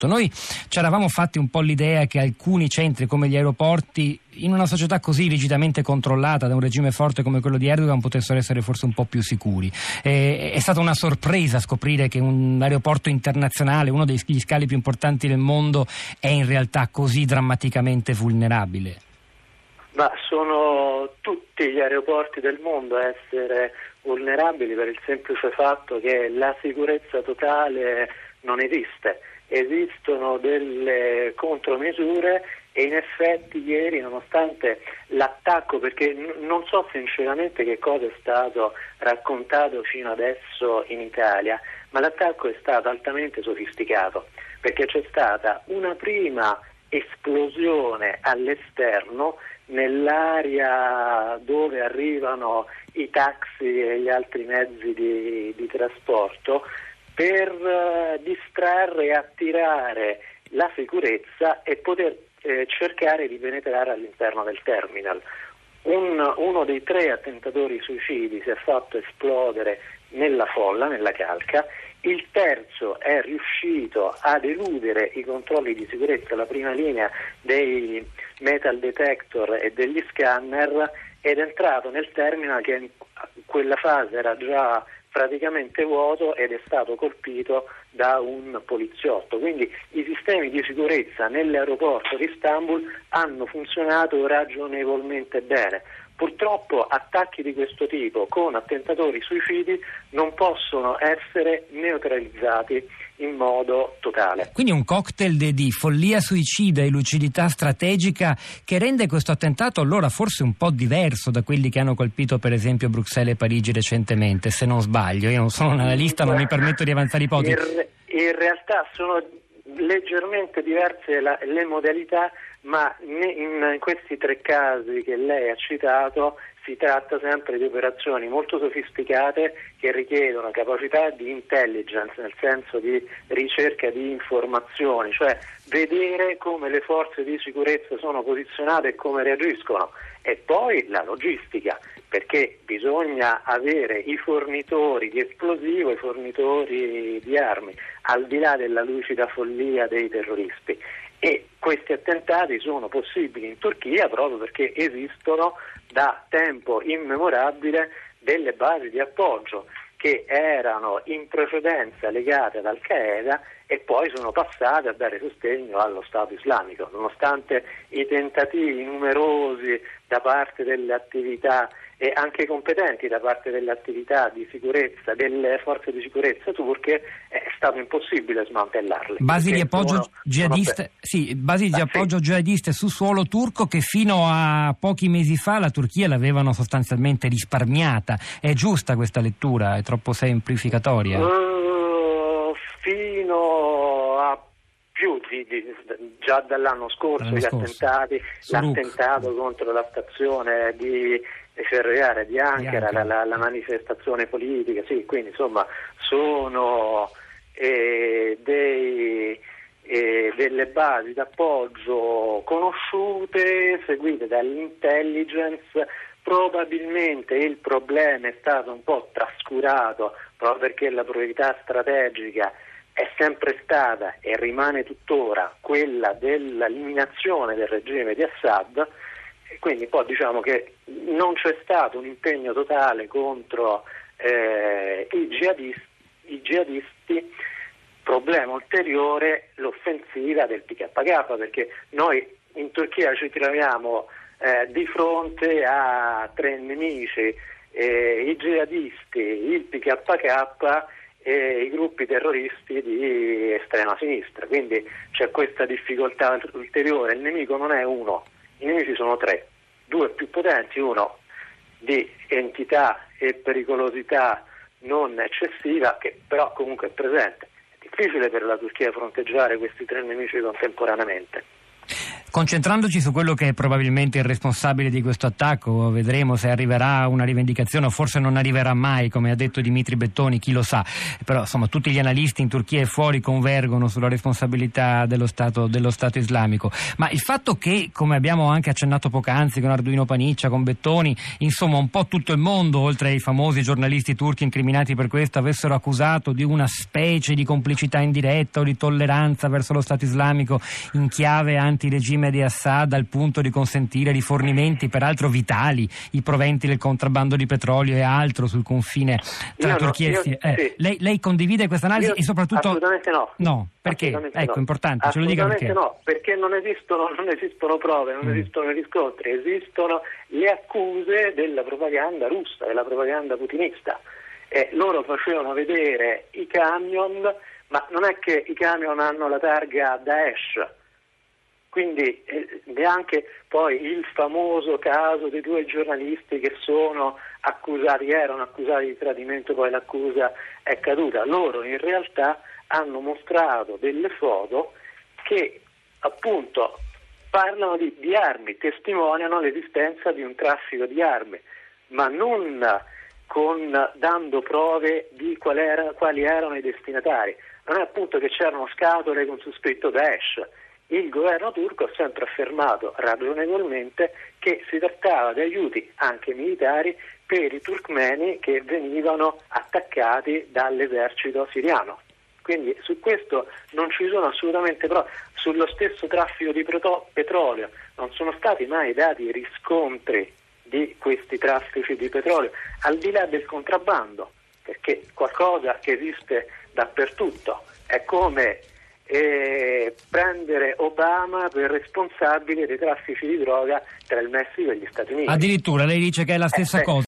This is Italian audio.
Noi ci eravamo fatti un po' l'idea che alcuni centri come gli aeroporti, in una società così rigidamente controllata da un regime forte come quello di Erdogan, potessero essere forse un po' più sicuri. È stata una sorpresa scoprire che un aeroporto internazionale, uno degli scali più importanti del mondo, è in realtà così drammaticamente vulnerabile. Ma sono tutti gli aeroporti del mondo a essere vulnerabili per il semplice fatto che la sicurezza totale non esiste. Esistono delle contromisure e in effetti ieri, nonostante l'attacco, perché non so sinceramente che cosa è stato raccontato fino adesso in Italia, ma l'attacco è stato altamente sofisticato, perché c'è stata una prima esplosione all'esterno nell'area dove arrivano i taxi e gli altri mezzi di trasporto per distrarre e attirare la sicurezza e poter cercare di penetrare all'interno del terminal. Uno dei 3 attentatori suicidi si è fatto esplodere nella folla, nella calca. Il terzo è riuscito ad eludere i controlli di sicurezza, la prima linea dei metal detector e degli scanner, ed è entrato nel terminal che in quella fase era già praticamente vuoto ed è stato colpito da un poliziotto. Quindi i sistemi di sicurezza nell'aeroporto di Istanbul hanno funzionato ragionevolmente bene. Purtroppo attacchi di questo tipo con attentatori suicidi non possono essere neutralizzati in modo totale. Quindi un cocktail di follia suicida e lucidità strategica che rende questo attentato allora forse un po' diverso da quelli che hanno colpito per esempio Bruxelles e Parigi recentemente, se non sbaglio. Io non sono un analista, non mi permetto di avanzare ipotesi. In realtà sono leggermente diverse le modalità, ma in questi 3 casi che lei ha citato si tratta sempre di operazioni molto sofisticate che richiedono capacità di intelligence, nel senso di ricerca di informazioni, cioè vedere come le forze di sicurezza sono posizionate e come reagiscono, e poi la logistica, perché bisogna avere i fornitori di esplosivo, i fornitori di armi, al di là della lucida follia dei terroristi. E questi attentati sono possibili in Turchia proprio perché esistono da tempo immemorabile delle basi di appoggio che erano in precedenza legate ad Al-Qaeda e poi sono passate a dare sostegno allo Stato islamico, nonostante i tentativi numerosi da parte delle attività e anche competenti da parte delle attività di sicurezza delle forze di sicurezza turche, è stato impossibile smantellarle. Basi di appoggio jihadiste su suolo turco che fino a pochi mesi fa la Turchia l'avevano sostanzialmente risparmiata. È giusta questa lettura? È troppo semplificatoria? Fino a più già dall'anno scorso, gli attentati, l'attentato contro la stazione di ferroviaria di Ankara, la manifestazione politica, sì, quindi insomma sono delle basi d'appoggio conosciute, seguite dall'intelligence. Probabilmente il problema è stato un po' trascurato proprio perché la priorità strategica è sempre stata e rimane tuttora quella dell'eliminazione del regime di Assad, e quindi poi diciamo che non c'è stato un impegno totale contro i jihadisti. Problema ulteriore l'offensiva del PKK, perché noi in Turchia ci troviamo di fronte a 3 nemici, i jihadisti, il PKK e i gruppi terroristi di estrema sinistra, quindi c'è questa difficoltà ulteriore. Il nemico non è uno, i nemici sono 3, 2 più potenti, uno di entità e pericolosità non eccessiva, che però comunque è presente. È difficile per la Turchia fronteggiare questi 3 nemici contemporaneamente. Concentrandoci su quello che è probabilmente il responsabile di questo attacco, vedremo se arriverà una rivendicazione o forse non arriverà mai, come ha detto Dimitri Bettoni, chi lo sa. Però insomma tutti gli analisti in Turchia e fuori convergono sulla responsabilità dello Stato islamico. Ma il fatto che, come abbiamo anche accennato poc'anzi con Arduino Paniccia, con Bettoni, insomma un po' tutto il mondo, oltre ai famosi giornalisti turchi incriminati per questo, avessero accusato di una specie di complicità indiretta o di tolleranza verso lo Stato islamico in chiave antiregime di Assad, al punto di consentire rifornimenti peraltro vitali, i proventi del contrabbando di petrolio e altro sul confine tra Turchia e Siria. Sì. Lei condivide questa analisi e soprattutto assolutamente no. No, perché? Ecco, importante, ce lo dica perché. No, perché non esistono prove, non esistono riscontri, esistono le accuse della propaganda russa, della propaganda putinista. Loro facevano vedere i camion, ma non è che i camion hanno la targa Daesh. Quindi neanche poi il famoso caso dei 2 giornalisti che erano accusati di tradimento, poi l'accusa è caduta. Loro in realtà hanno mostrato delle foto che appunto parlano di armi, testimoniano l'esistenza di un traffico di armi, ma non dando prove di quali erano i destinatari. Non è appunto che c'erano scatole con sospetto Daesh. Il governo turco ha sempre affermato ragionevolmente che si trattava di aiuti anche militari per i turkmeni che venivano attaccati dall'esercito siriano. Quindi su questo non ci sono assolutamente prove. Sullo stesso traffico di petrolio non sono stati mai dati riscontri di questi traffici di petrolio, al di là del contrabbando, perché qualcosa che esiste dappertutto. È come prendere Obama per responsabile dei traffici di droga tra il Messico e gli Stati Uniti. Addirittura lei dice che è la stessa cosa.